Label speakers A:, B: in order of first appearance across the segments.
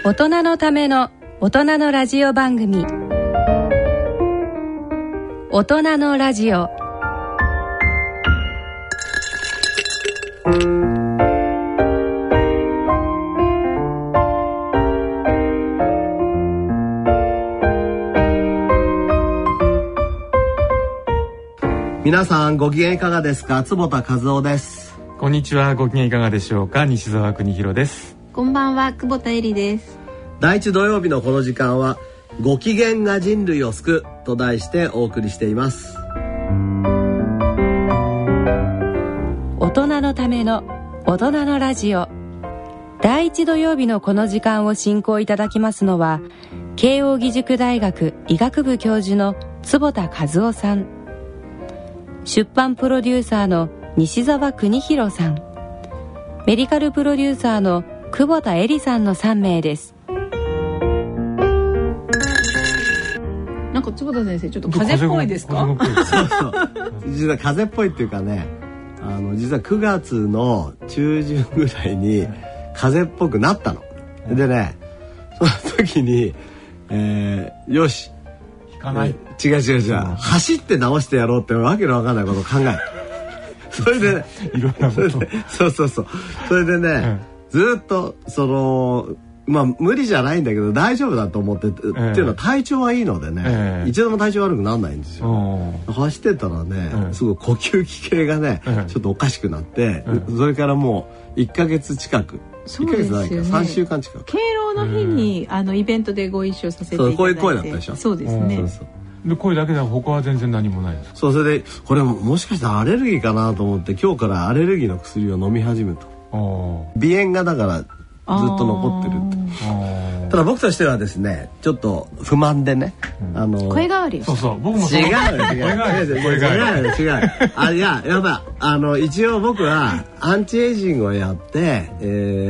A: 大人のための大人のラジオ番組、大人のラジオ。
B: 皆さんご機嫌いかがですか？坪田和夫です。
C: こんにちは、ご機嫌いかがでしょうか？西澤邦弘です。
D: こんばんは、久保田恵里です。
B: 第一土曜日のこの時間はご機嫌が人類を救うと題してお送りしています。
A: 大人のための大人のラジオ。第一土曜日のこの時間を進行いただきますのは、慶應義塾大学医学部教授の坪田和夫さん、出版プロデューサーの西澤邦弘さん、メディカルプロデューサーの久保田恵里さんの3名です。
D: なんか坪田先生、ちょっと風邪っぽいですか？
B: そうそう。実は風邪っぽいっていうかね、実は9月の中旬ぐらいに風邪っぽくなったの。でね、その時に、よし。
C: 引かない。
B: 違う。走って治してやろうってわけのわかんないことを考え。それでね、
C: いろんなこと。
B: そう。それでね、ずっと無理じゃないんだけど大丈夫だと思って、っていうのは体調はいいのでね、一度も体調悪くならないんですよ。走ってたらね、すごい呼吸器系がね、ちょっとおかしくなって、それからもう1ヶ月近く、1ヶ月ないか3週間近く。
D: 敬老の日にイベントでご一緒させていただいて、
B: こういう声だったでしょ。
D: そうですね。
C: で声だけで他は全然何もないです。
B: そう、それでこれもしかしたらアレルギーかなと思って今日からアレルギーの薬を飲み始めた。鼻炎がだからずっと残ってるって。ただ僕としてはですね、ちょっと不満でね、
D: 声変わり。
C: そう、僕も
B: 違う。いや一応僕はアンチエイジングをやって、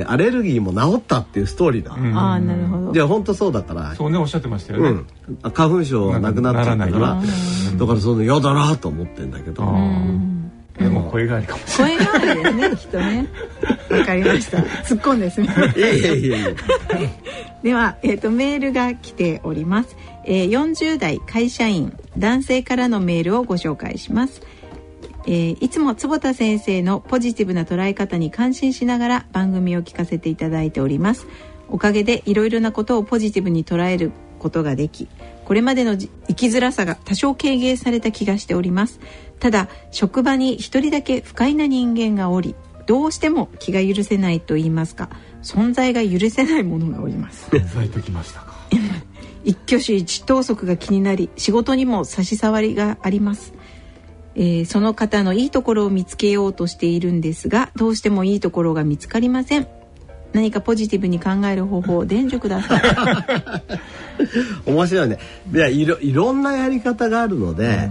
B: アレルギーも治ったっていうストーリーだ。
D: なるほど。
B: じゃあ本当そうだから。
C: そうね、おっしゃってましたよね。
B: 花粉症なくなっちゃったから、だからその嫌だなと思ってんだけど。
C: でも声変わりかもしれない。
D: 声変わりですね、きっとね。わかりました。突っ込んですみません。
B: いや。
D: では、メールが来ております。40代会社員男性からのメールをご紹介します。いつも坪田先生のポジティブな捉え方に感心しながら番組を聞かせていただいております。おかげでいろいろなことをポジティブに捉えることができ、これまでの生きづらさが多少軽減された気がしております。ただ職場に一人だけ不快な人間がおり、どうしても気が許せないと言いますか、存在が許せないものがおります。
C: 存在ときましたか。
D: 一挙手一投足が気になり、仕事にも差し障りがあります。その方のいいところを見つけようとしているんですが、どうしてもいいところが見つかりません。何かポジティブに考える方法を伝授ください。
B: 面白いね。いろんなやり方があるので、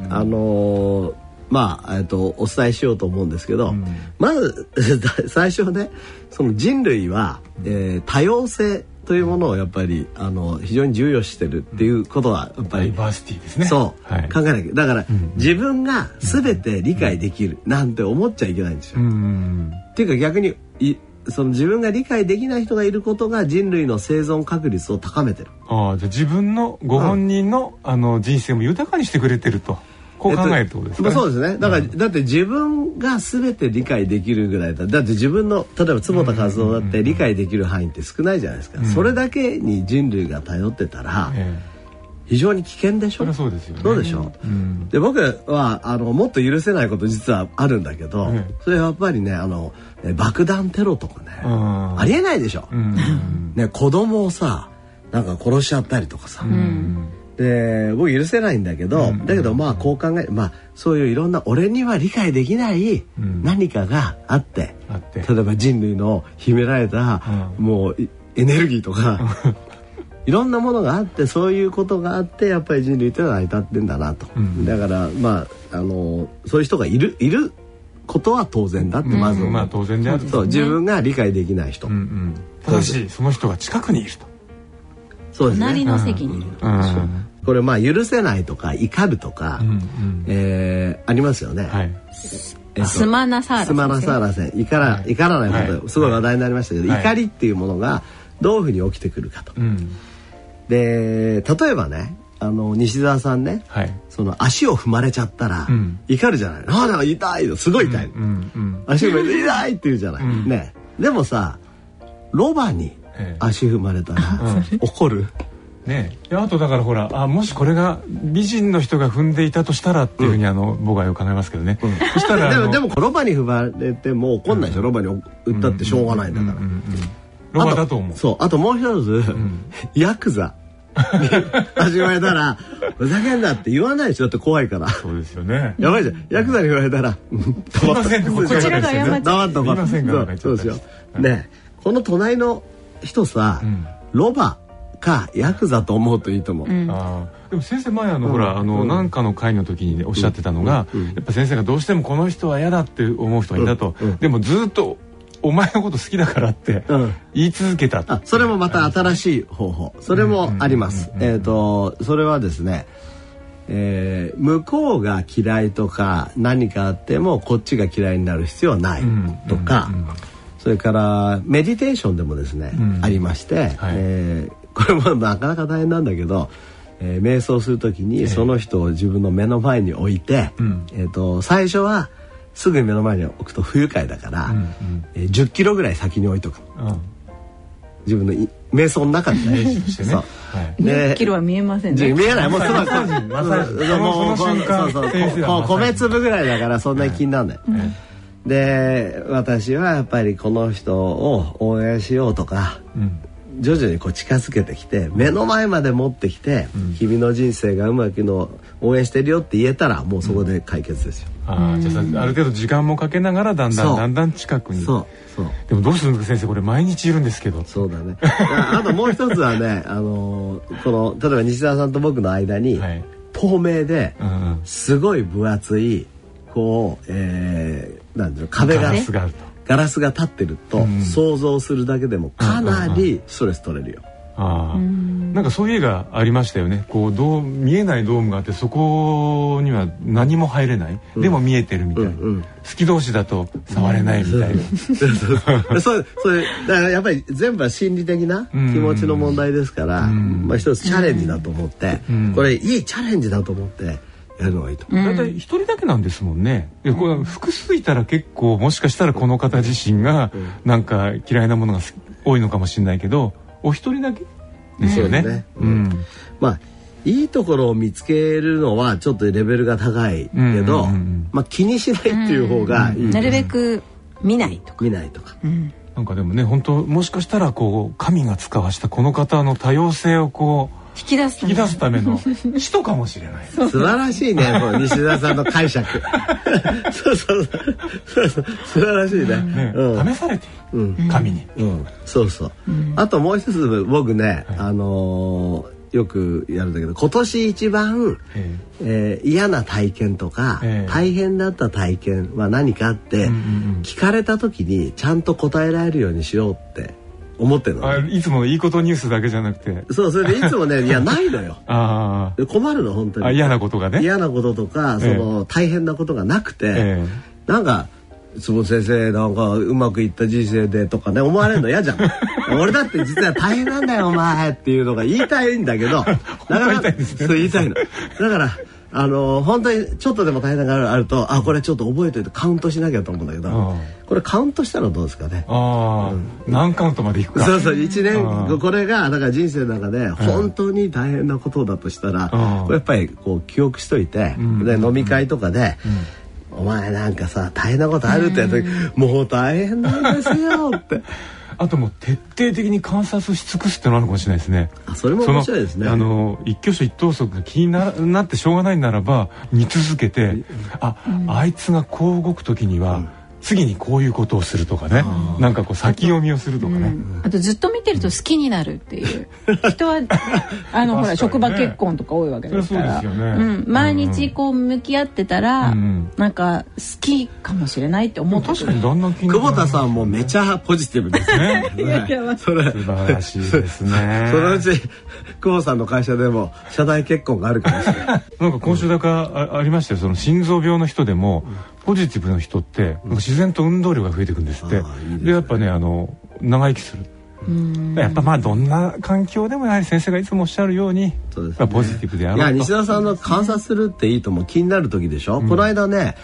B: お伝えしようと思うんですけど、まず最初ね、その人類は、多様性というものをやっぱり非常に重要視してるっていうことはやっぱり
C: ダイバーシティですね。
B: そう、考えなきゃ。だから、自分が全て理解できるなんて思っちゃいけないんですよ。っていうか逆にその自分が理解できない人がいることが人類の生存確率を高めてる。
C: じゃあ自分のご本人の、人生も豊かにしてくれてると。こう考えるってことですかね。
B: そうですね。だって自分が全て理解できるぐらいだって自分の例えば坪田和夫だって理解できる範囲って少ないじゃないですか。それだけに人類が頼ってたら非常に危険でしょ。
C: そうですよね。
B: そうでしょ。で僕はもっと許せないこと実はあるんだけど、それはやっぱりね爆弾テロとかね、ありえないでしょ。ね、子供をさなんか殺しちゃったりとかさ。で僕許せないんだけど、だけどこう考え、そういういろんな俺には理解できない何かがあって、例えば人類の秘められた、もうエネルギーとかいろんなものがあって、そういうことがあってやっぱり人類ってのは成り立ってんだなと。だからそういう人がいることは当然だってまず、
C: 当然である。
B: そう、自分が理解できない人、
C: ただしその人が近くにいると。
D: そうですね。隣の席にいると。
B: これ許せないとか怒るとか、ありますよね。
D: スマナサーラ線。
B: 怒らないこと、すごい話題になりましたけど、怒りっていうものがどういうふうに起きてくるかと。で例えばね西澤さんね、その足を踏まれちゃったら怒るじゃない。ああ痛いよ、すごい痛い、足踏まれて痛いって言うじゃない、ね。でもさロバに足踏まれたら怒る
C: ね。あとだからほらもしこれが美人の人が踏んでいたとしたらっていうふうに僕はよく考えますけどね。そしたら
B: でもロバに踏まれても怒んないでしょ。ロバに打ったってしょうがないんだから。
C: ロバだと思う。
B: そう、あともう一つヤクザに足踏まれたらふざけんなって言わないでしょ。だって怖いから。そうですよね。やばいじゃん。ヤクザに言われたら
C: すいませんこちらが謝っちゃう。
B: 黙っとこう。そうですよ。ね、この隣の人さ、ロバかヤクザと思うといいと思う。
C: でも先生前ほらなんかの会の時にねおっしゃってたのが、やっぱ先生がどうしてもこの人は嫌だって思う人がいたと。でもずっとお前のこと好きだからって言い続けた。
B: それもまた新しい方法。それもあります。それはですね、向こうが嫌いとか何かあってもこっちが嫌いになる必要はないとか、それからメディテーションでもですね、ありまして、これもなかなか大変なんだけど、瞑想するときにその人を自分の目の前に置いて、最初はすぐ目の前に置くと不愉快だから、10キロぐらい先に置いとく。自分の瞑想の中でね。
D: 10キロは見えませんね。
B: 見えない。もうすぐ米粒ぐらいだからそんなに気にならない。で私はやっぱりこの人を応援しようとか、徐々にこう近づけてきて目の前まで持ってきて、君の人生がうまくいくのを応援してるよって言えたらもうそこで解決ですよ。
C: じゃあある程度時間もかけながらだんだん近くに。でもどうするんですか先生、これ毎日いるんですけど。
B: そうだね。あともう一つはねこの例えば西澤さんと僕の間に、透明ですごい分厚いこうなんていうの壁がガラスが立ってると、想像するだけでもかなりストレス取れるよ。
C: なんかそういう絵がありましたよね。こう見えないドームがあってそこには何も入れない、でも見えてるみたいな、好き同士だと触れないみたいな。
B: それだからやっぱり全部は心理的な気持ちの問題ですから、一つチャレンジだと思って、これいいチャレンジだと思ってやるのがいいと思う。
C: だいたい一人だけなんですもんね。これ複数いたら結構もしかしたらこの方自身がなんか嫌いなものが多いのかもしれないけど、お一人だけですよね。
B: まあいいところを見つけるのはちょっとレベルが高いけど、気にしないっていう方がいい。
D: なるべく見ないとか。
C: なんかでもね、本当もしかしたらこう神が使わしたこの方の多様性をこう引き出すための使徒かもしれない。
B: 素晴らしいね、この西田さんの解釈。そう素晴らしいね。
C: 試されている神に。
B: そう。あともう一つ僕ね、よくやるんだけど、今年一番嫌な体験とか大変だった体験は何かって聞かれた時にちゃんと答えられるようにしようって思ってるの。
C: いつもいいことニュースだけじゃなくて。
B: そう、それでいつもね、いやないのよ。困るの本当に。
C: 嫌なことがね。
B: 嫌なこととかその大変なことがなくて、なんか坪先生なんかうまくいった人生でとかね思われるの嫌じゃん。俺だって実は大変なんだよお前っていうのが言いたいんだけど、だからそう言いたいの。だから本当にちょっとでも大変なのがあると、これちょっと覚えといてカウントしなきゃと思うんだけど、これカウントしたらどうですかね。
C: 何カウントまでいくか。
B: そう1年これがだから人生の中で本当に大変なことだとしたら、これやっぱりこう記憶しといて、で飲み会とかで。お前なんかさ大変なことあるってやった時、もう大変なんですよって。
C: あともう徹底的に観察し尽くすってのあるかもしれないですね。
B: それも面白いですね。
C: 一挙手一投足が気になってしょうがないならば見続けて、あいつがこう動く時には次にこういうことをするとかね、なんかこう先読みをするとかね。
D: あとずっと見てると好きになるっていう人はほら職場結婚とか多いわけですから、毎日こう向き合ってたらなんか好きかもしれないって思って。
C: 確かにだんだん
B: 久保田さんもめちゃポジティブですね。
C: それ素晴らしいですね。
B: そのうち久保さんの会社でも社内結婚があるかもしれない。
C: なんか今週だかありましたよ。その心臓病の人でもポジティブな人って自然と運動量が増えていくんですって。でやっぱね長生きする。 やっぱまあどんな環境でもやはり先生がいつもおっしゃるように、そうですね、ポジティブであろうと。
B: いや西田さんの観察するっていいとも気になる時でしょ、この間ね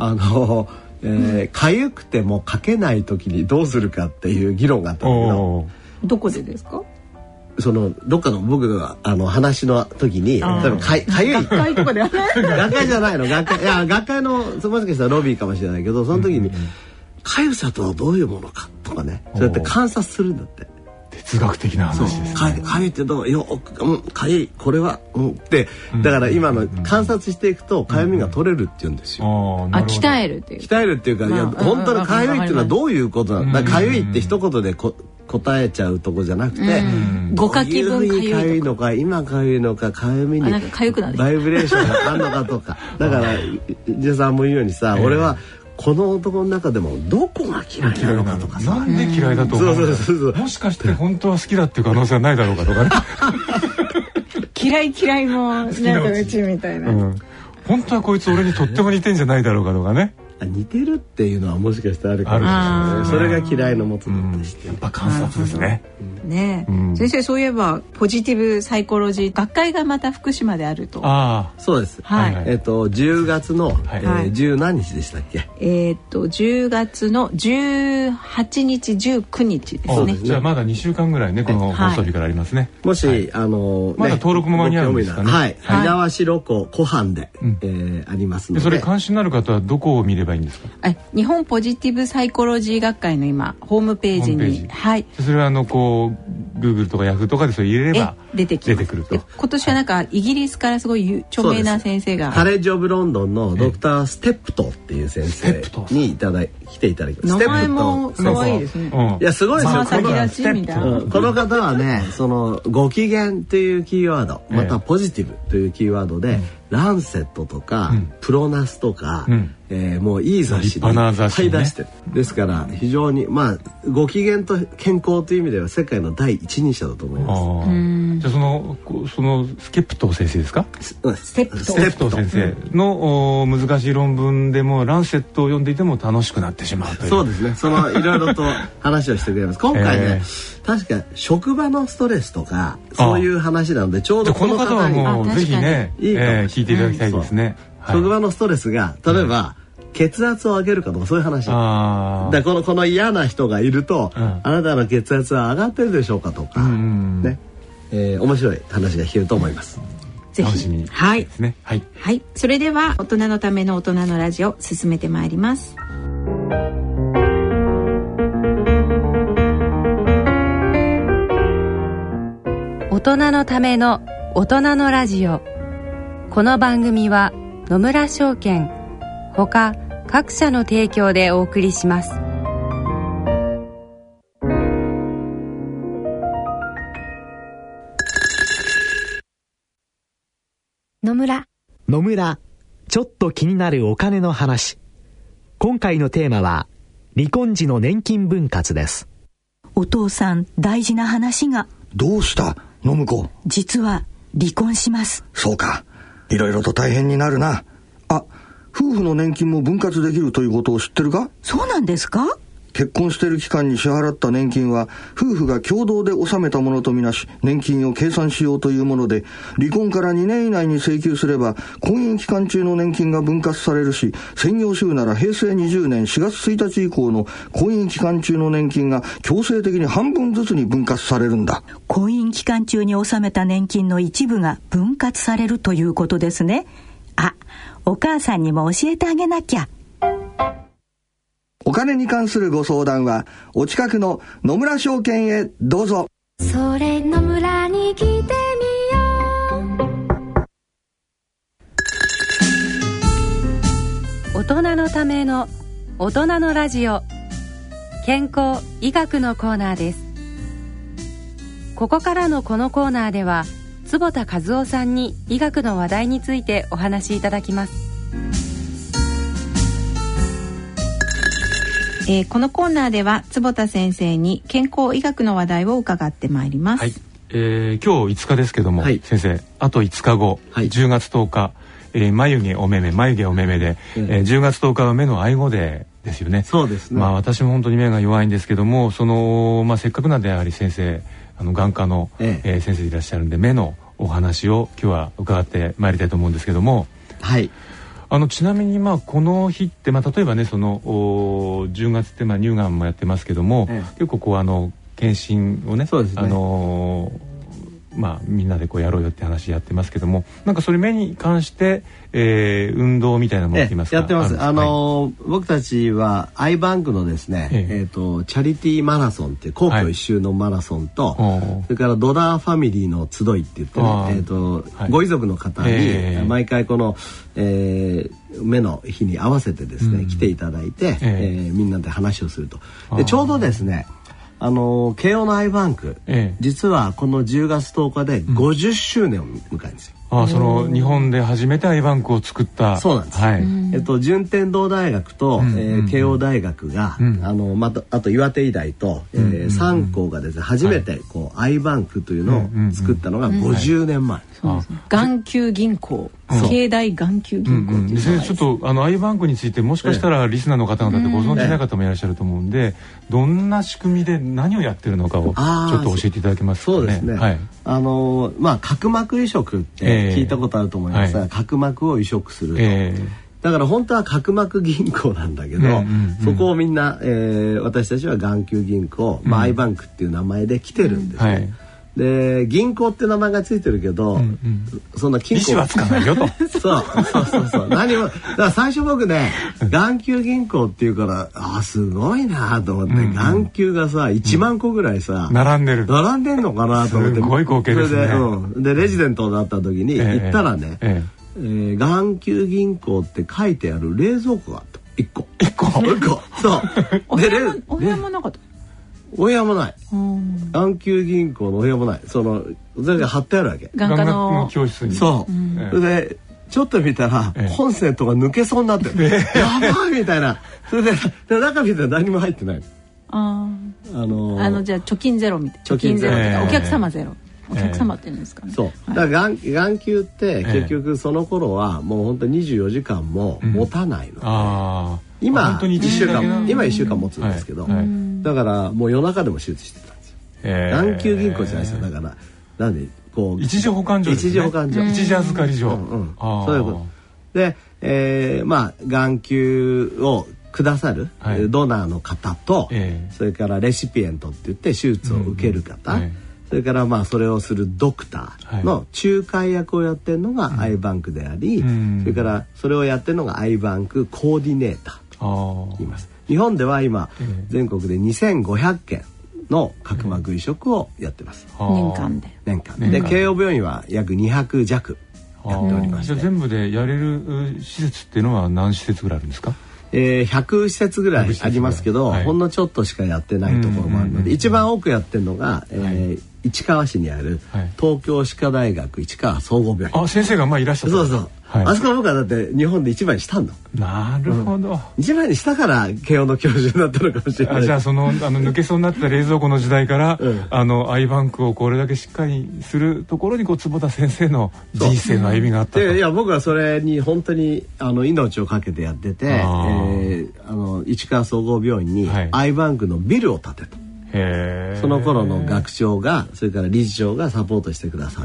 B: 痒くても書けない時にどうするかっていう議論があったんだけど、
D: どこでですか？
B: どっかの僕が話の時に、例えば痒い
D: 学会とかではない
B: 学会じゃないの、学会のもしかしたらロビーかもしれないけど、その時に痒さとはどういうものかとかね、そうやって観察するんだって。
C: 哲学的な話ですね。
B: 痒いってどう痒いこれはってだから今の観察していくと痒みが取れるって言うんですよ。
D: 鍛えるっていう。
B: 鍛えるっていうか、いや本当に痒いっていうのはどういうことなんだ。痒いって一言で答えちゃうとこじゃなくて、
D: ご書き分
B: 痒いのか今痒いのか痒みにバイブレーションがあるのかとか。だからジェさんも言うようにさ、俺はこの男の中でもどこが嫌いなのかとかさ、
C: なんで嫌いだと思う、もしかして本当は好きだっていう可能性はないだろうかとかね
D: 嫌いもなんかうちみたいな、
C: 本当はこいつ俺にとっても似てんじゃないだろうかとかね。
B: 似てるっていうのはもしかしてあるかもしれない。それが嫌いのもつだったりして、
C: やっぱ観察ですね。
D: ねえ、先生そういえばポジティブサイコロジー学会がまた福島であると。
B: そうです。10月の10何日でしたっけ
D: ？10月の18日19日ですね。
C: じゃあまだ2週間ぐらいね、この放送日からありますね。
B: もしまだ
C: 登録も間に合うんですかね。
B: はい、猪苗代湖湖畔でありますので。
C: それ関心のある方はどこを見ればいいんですか？
D: 日本ポジティブサイコロジー学会の今ホームページに、
C: それはGoogle とか Yahoo とかでそれ入れれば出てくると。
D: 今年はなんかイギリスからすごい著名な先生が、
B: カレッジオブロンドンのドクターステップトっていう先生に来ていただきます。
D: 名前も可愛いですね。
B: いやすごいですよ。
D: 先立ちみたいな。
B: この方はね、ご機嫌というキーワード、またポジティブというキーワードで、ランセットとかプロナスとか、もういい雑誌でいっぱい出してる。ですから非常にご機嫌と健康という意味では世界の第一人者だと思います。
C: じゃあそのスケプト先生ですか？
D: ステップト
C: 先生の難しい論文でもランセットを読んでいても楽しくなってしまうという。
B: そうですね。いろいろと話をしてくれます。今回ね、確か職場のストレスとかそういう話なので、ちょうどこの方は
C: もうぜひね聞いていただきたいですね。
B: 職場のストレスが例えば血圧を上げるかとかそういう話。だこの嫌な人がいると、あなたの血圧は上がってるでしょうかとかね、面白い話が聞けると思います。
D: ぜひ。はい。はい。それでは大人のための大人のラジオ進めてまいります。
A: 大人のための大人のラジオ。この番組は野村証券ほか各社の提供でお送りします。
E: 野村、ちょっと気になるお金の話。今回のテーマは離婚時の年金分割です。
F: お父さん、大事な話が。
G: どうした信子？
F: 実は離婚します。
G: そうか、いろいろと大変になるな。夫婦の年金も分割できるということを知ってるか？
F: そうなんですか？
G: 結婚している期間に支払った年金は夫婦が共同で納めたものとみなし、年金を計算しようというもので、離婚から2年以内に請求すれば婚姻期間中の年金が分割されるし、専業主婦なら平成20年4月1日以降の婚姻期間中の年金が強制的に半分ずつに分割されるんだ。
F: 婚姻期間中に納めた年金の一部が分割されるということですね。お母さんにも教えてあげなきゃ。
G: お金に関するご相談はお近くの野村証券へどうぞ。
H: それ野村に来てみよ
A: う。大人のための大人のラジオ、健康医学のコーナーです。ここからのこのコーナーでは坪田和夫さんに医学の話題についてお話しいただきます。
D: このコーナーでは坪田先生に健康医学の話題を伺ってまいります。
C: 今日5日ですけども、先生あと5日後、10月10日、眉毛お目目で、10月10日は目の愛護デーですよね。
B: そうですね。
C: 私も本当に目が弱いんですけども、せっかくなんでやはり先生眼科の、先生でいらっしゃるんで、目のお話を今日は伺ってまいりたいと思うんですけども、
B: はい。
C: ちなみにこの日って例えばね、10月って乳がんもやってますけども、結構検診をね、
B: そうですね、
C: みんなでやろうよって話やってますけども、なんかそれ目に関して、運動みたいなものって言いますか？
B: やってます。僕たちはアイバンクのですね、チャリティーマラソンって皇居一周のマラソンと、それからドナーファミリーの集いって言ってね、ご遺族の方に毎回この、目の日に合わせてですね、来ていただいて、みんなで話をすると。でちょうどですね、慶応のアイバンク、実はこの10月10日で50周年を迎えるんですよ。
C: 日本で初めてアイバンクを作った。
B: そうなんです。はい。順天堂大学と、慶応大学が、あと岩手医大と、3校がですね、初めてアイバンクというのを作ったのが50年前。
D: 眼球銀行、慶大眼球銀行っていう。
C: ちょっとアイバンクについてもしかしたらリスナーの方々ってご存知ない方もいらっしゃると思うんで、どんな仕組みで何をやってるのかをちょっと教えていただけますかね。
B: そうですね。はい。角膜移植って聞いたことあると思いますが、角膜を移植すると。だから本当は角膜銀行なんだけど、そこをみんな、私たちは眼球銀行、アイバンクっていう名前で来てるんですね。で銀行って名前がついてるけど、そんな金庫
C: はつかないよと。
B: そう何もだから最初僕ね、眼球銀行っていうからすごいなと思って、眼球がさ1万個ぐらいさ、
C: 並んでん
B: のかなと思って、
C: すごい光景ですね。
B: でレジデントになった時に行ったらね、眼球銀行って書いてある冷蔵庫があった。1個そう
D: お部屋もなかった。
B: お部屋もない。眼球銀行のお部屋もない。それが貼ってあるわけ。
D: 眼科の
C: 教室に。
B: そう。それでちょっと見たらコンセントが抜けそうになってる。やばいみたいな。それで中見たら何も入ってない。じゃあ
D: 貯金ゼロみたいな。貯金ゼロってお客様ゼロ。お客様って言うんですかね。
B: そう。だから眼球って結局その頃はもう本当に24時間も持たないの。今1週間持つんですけど、だからもう夜中でも手術してたんですよ。眼球銀行じゃないですよ。だからなんで
C: 一時保管所ですね。
B: 一時保管所。
C: 一時預かり所。
B: そういうことで、眼球をくださるドナーの方と、それからレシピエントって言って手術を受ける方、それからそれをするドクターの仲介役をやってるのがアイバンクであり、それからそれをやってるのがアイバンクコーディネーターと言います。日本では今全国で2500件の角膜移植をやってます。
D: 年間
B: で慶応病院は約200弱やっておりまして、
C: じゃあ全部でやれる施設っていうのは何施設ぐらいあるんですか
B: ？100施設ぐらいありますけど、ほんのちょっとしかやってないところもあるので、一番多くやってるのが、市川市にある東京歯科大学市川総合病院。
C: 先生がいらっしゃった。
B: そう。あそこは僕はだって日本で一番にしたんだ。
C: なるほど。
B: 一番にしたから慶応の教授になったのかもしれない。
C: じゃあ抜けそうになった冷蔵庫の時代から、アイバンクをこれだけしっかりするところに坪田先生の人生の歩みがあったと。
B: いや僕はそれに本当に命をかけてやってて、市川総合病院にアイバンクのビルを建てた。その頃の学長がそれから理事長がサポートしてくださって、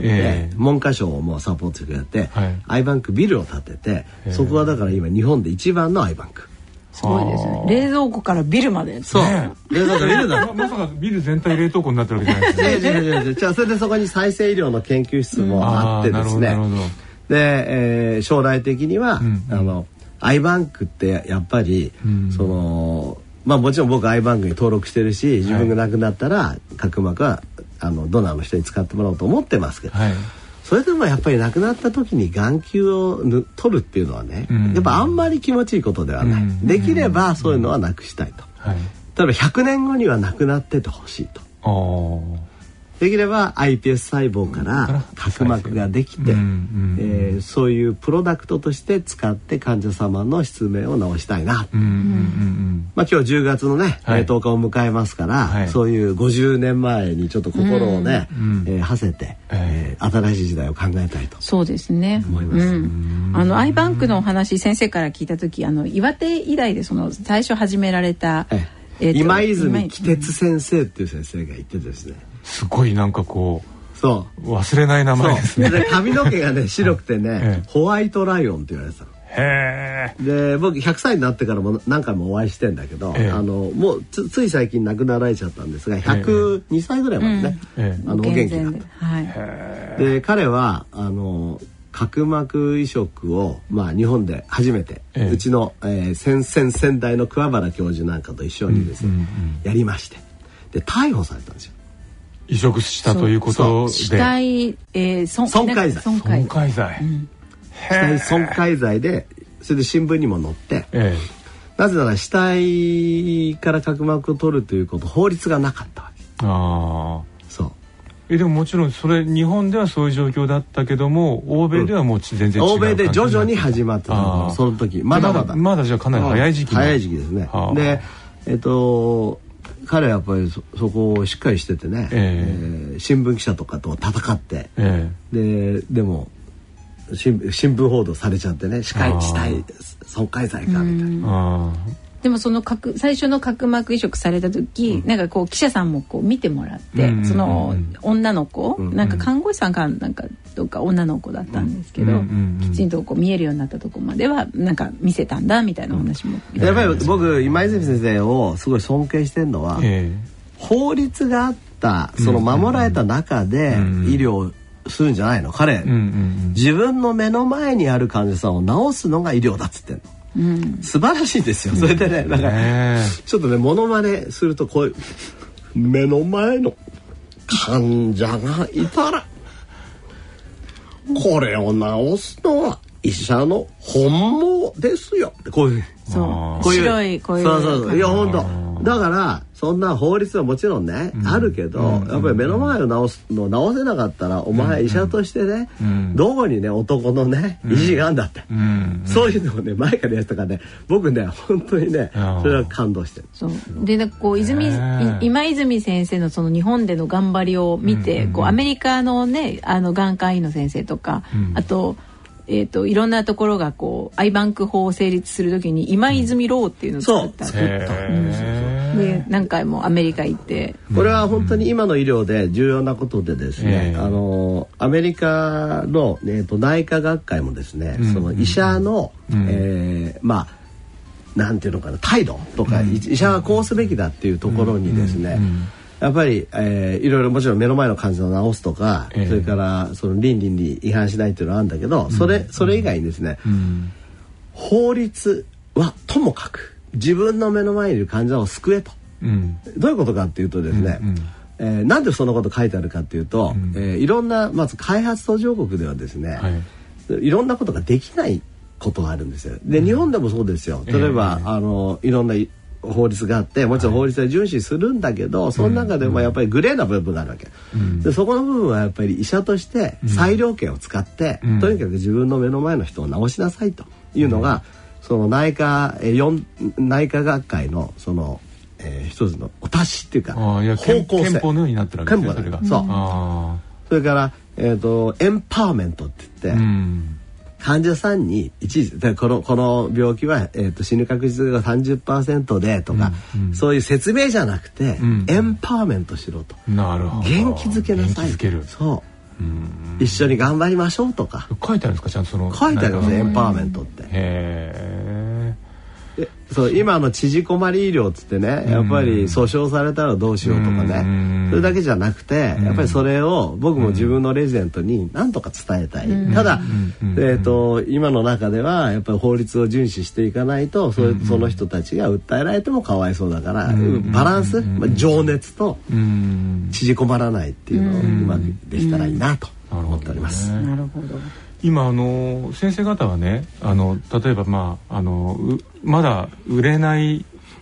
B: 文科省もサポートしてくれて、アイバンクビルを建てて、そこはだから今日本で一番のアイバンク。
D: すごいですね。冷蔵庫からビルまで。
B: そう。冷蔵庫ビルだ。
C: まさかビル全体冷凍庫になってるわけじゃないですね。
B: じゃあそれでそこに再生医療の研究室もあってですね。で、将来的にはアイバンクってやっぱりもちろん僕アイバンクに登録してるし、自分が亡くなったら角膜はドナーの人に使ってもらおうと思ってますけど、それでもやっぱり亡くなった時に眼球を取るっていうのはね、やっぱあんまり気持ちいいことではない。できればそういうのはなくしたいと。例えば100年後にはなくなっててほしいと。 できれば iPS 細胞から角膜ができて、そういうプロダクトとして使って患者様の失明を治したいな。今日10月のね、10日を迎えますから、そういう50年前にちょっと心をね、馳せて、新しい時代を考えたいと。
D: そうですね。
B: 思います。
D: アイバンクのお話先生から聞いた時、岩手医大でその最初始められた、
B: 今泉喜哲先生っていう先生がいてですね。
C: すごいなんかこう、
B: そう
C: 忘れない名前ですね。
B: で髪の毛がね白くてね、ホワイトライオンって言われてたの。
C: へ
B: で僕100歳になってからも何回もお会いしてんだけど、もうつい最近亡くなられちゃったんですが、102歳ぐらいまでね、お元気だった。で彼は角膜移植を、日本で初めて、うちの、先代の桑原教授なんかと一緒にですね、やりまして、で逮捕されたんですよ。
C: 移植したということで、
D: 死体、
B: 損壊罪、
C: 損壊罪、
B: 死体損壊罪で、それで新聞にも載って、なぜなら死体から角膜を取るということ法律がなかったわけ。そう
C: でももちろんそれ日本ではそういう状況だったけども、欧米ではもう全然違う、
B: 欧米で徐々に始まったの。その時まだ
C: じゃあかなり早い時期、
B: 早い時期ですね。で彼はやっぱりそこをしっかりしててね、新聞記者とかと戦って、でも新聞報道されちゃってね、死体損壊罪かみたいな。
D: でもその最初の角膜移植された時、なんかこう記者さんもこう見てもらって、その女の子、なんか看護師さんかなんかどっか女の子だったんですけど、きちんとこう見えるようになったとこまではなんか見せたんだみたいな話も。
B: やっぱり僕今泉先生をすごい尊敬してるのは、法律があったその守られた中で医療するんじゃないの。彼、自分の目の前にある患者さんを治すのが医療だっつってんの。素晴らしいですよ。それでね、なんかちょっとねモノマネするとこういう目の前の患者がいたらこれを治すのは医者の本望ですよ。こういう
D: 白いこういう
B: そういや本当だからそんな法律はもちろんね、あるけど、やっぱり目の前を治せなかったらお前医者としてね、どこにね男のね意地があんだって、そういうのをね前からやつとかね、僕ね本当にねそれは感動してる。
D: そうでなんかこう今泉先生のその日本での頑張りを見て、こうアメリカのね眼科医の先生とか、あといろんなところがこうアイバンク法を成立するときに今泉ローっていうのを作ったで何回もアメリカ行って、
B: これは本当に今の医療で重要なことでですね、アメリカの、内科学会もですね、その医者の、なんていうのかな態度とか、医者はこうすべきだっていうところにですね、やっぱり、いろいろもちろん目の前の患者を治すとか、それからその倫理に違反しないっていうのはあるんだけど、それ以外にですね、法律はともかく自分の目の前にいる患者を救えと、どういうことかっていうとですね、なんでそんなこと書いてあるかっていうと、いろんなまず開発途上国ではですね、いろんなことができないことがあるんですよ。で日本でもそうですよ。例えば、いろんな法律があって、もちろん法律は遵守するんだけど、その中でもやっぱりグレーな部分があるわけ、でそこの部分はやっぱり医者として裁量権を使って、とにかく自分の目の前の人を治しなさいというのが、その内科学会のその、一つのお達しっていうか方向性、
C: 憲法のようになってるわけですね。それが
B: それからエンパワーメントって言って、患者さんに一時この病気は、死ぬ確率が 30% でとか、そういう説明じゃなくて、エンパワーメントしろと。
C: なるほど。
B: 元気づけなさい。そう。一緒に頑張りましょうとか。
C: 書いてあるんですかちゃんとその。
B: 書いてありますね、エンパワーメントって。そう今の縮こまり医療っつってね、やっぱり訴訟されたらどうしようとかね、それだけじゃなくて、やっぱりそれを僕も自分のレジデントに何とか伝えたい。ただ、今の中ではやっぱり法律を遵守していかないと、その人たちが訴えられてもかわいそうだから、バランス、情熱と縮こまらないっていうのをうまくできたらいいなと思っております。
D: なるほど。
C: 今先生方はね、例えばまだ売れない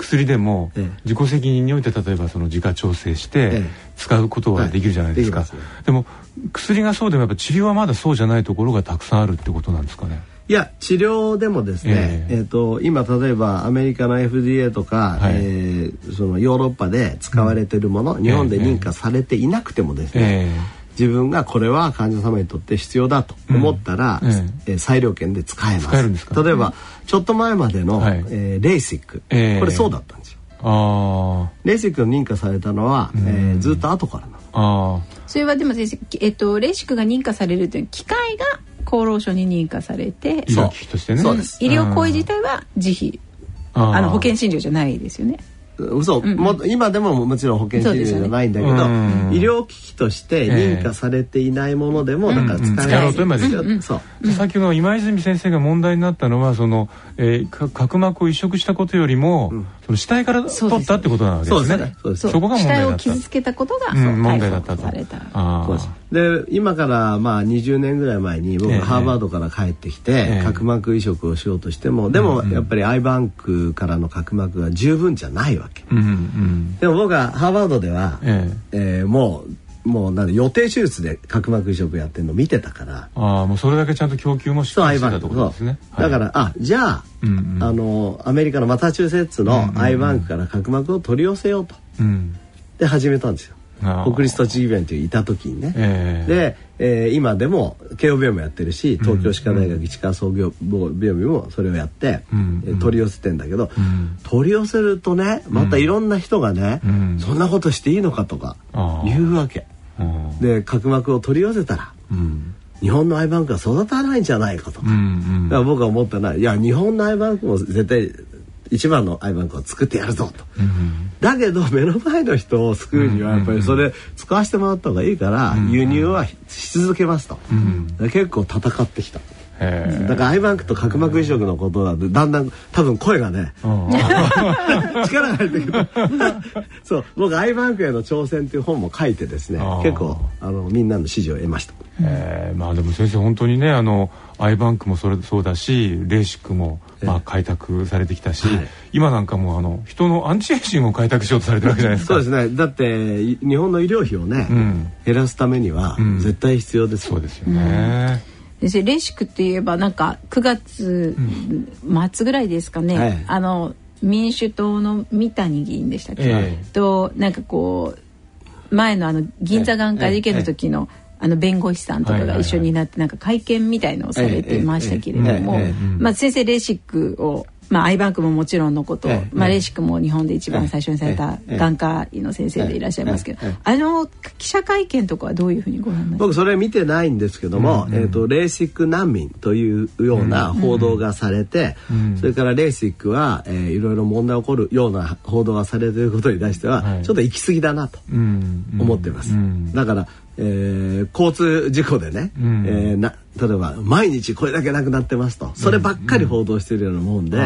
C: 薬でも自己責任において例えばその自家調整して使うことはできるじゃないですか。でも薬がそうでもやっぱ治療はまだそうじゃないところがたくさんあるってことなんですかね。
B: いや治療でもですね、今例えばアメリカの FDA とか、そのヨーロッパで使われているもの、日本で認可されていなくてもですね、自分がこれは患者様にとって必要だと思ったら、裁量権で使えます。例えばちょっと前までの、レーシック、これそうだったんですよ。レーシックの認可されたのは、ずっと後からなの。
D: それはでも先生、レーシックが認可されるという機械が厚労省に認可されて、
C: 医療機器としてね。
D: そうです。医療行為自体は自費、保険診療じゃないですよね。
B: 今でももちろん保険診療じゃないんだけど、医療機器として認可されていないものでもだから使えると今ですよ。
C: 先ほど今泉先生が問題になったのはその、角膜を移植したことよりも、その死体から取ったってことなわけですね。そこが問題だった。死体を傷つけたことが問題だったと。
B: で今から20年ぐらい前に僕ハーバードから帰ってきて、角膜移植をしようとしても、でもやっぱりアイバンクからの角膜が十分じゃないわけ。でも僕はハーバードでは、もうなんで予定手術で角膜移植やってるの見てたから、
C: もうそれだけちゃんと供給もしてたってことですね。
B: だからじゃあ、アメリカのマサチューセッツのアイバンクから角膜を取り寄せようと、で始めたんですよ。国立栃木病院といういた時にね。で、今でも慶応病院もやってるし、東京歯科大学市川総合病院もそれをやって、取り寄せてんだけど、取り寄せるとね、またいろんな人がね、そんなことしていいのかとか言うわけ。で角膜を取り寄せたら、日本のアイバンクは育たないんじゃないかとか。だから僕は思ったのは、いや日本のアイバンクも絶対一番のアイバンクを作ってやるぞと。だけど目の前の人を救うにはやっぱりそれ使わせてもらった方がいいから輸入はし続けますと。結構戦ってきた。だからアイバンクと角膜移植のことなんでだんだん多分声がね力が入ってくる。そう僕アイバンクへの挑戦という本も書いてですね、結構みんなの支持を得ました。
C: でも先生本当にねアイバンクもそうだしレーシックも開拓されてきたし、今なんかも人のアンチエイジングを開拓しようとされてるわけじゃないですか。
B: そうですね。だって日本の医療費をね、減らすためには絶対必要です。
C: そうですよね。
D: レーシックって言えばなんか9月末ぐらいですかね、民主党の三谷議員でしたっけ、となんかこう前の銀座眼科事件の時の弁護士さんとかが一緒になってなんか会見みたいのをされていましたけれども、先生レーシックをアイバンクももちろんのこと、レーシックも日本で一番最初にされた眼科医の先生でいらっしゃいますけど、記者会見とかはどういうふうにご覧になりますか？
B: 僕それ見てないんですけども、レーシック難民というような報道がされて、それからレーシックはいろいろ問題起こるような報道がされていることに対してはちょっと行き過ぎだなと思ってます。だから交通事故でね、例えば毎日これだけ亡くなってますと、そればっかり報道しているようなもんで、